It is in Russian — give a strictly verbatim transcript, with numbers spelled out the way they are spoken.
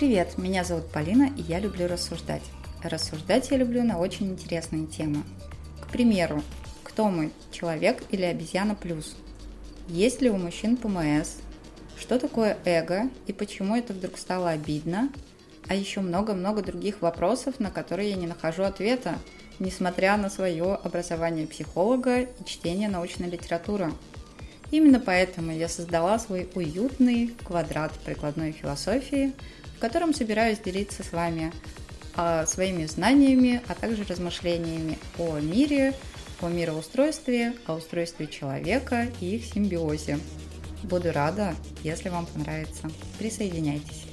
Привет, меня зовут Полина, и я люблю рассуждать. Рассуждать я люблю на очень интересные темы. К примеру, кто мы, человек или обезьяна плюс? Есть ли у мужчин ПМС? Что такое эго и почему это вдруг стало обидно? А еще много-много других вопросов, на которые я не нахожу ответа, несмотря на свое образование психолога и чтение научной литературы. Именно поэтому я создала свой уютный квадрат прикладной философии, в котором собираюсь делиться с вами а, своими знаниями, а также размышлениями о мире, о мироустройстве, о устройстве человека и их симбиозе. Буду рада, если вам понравится. Присоединяйтесь.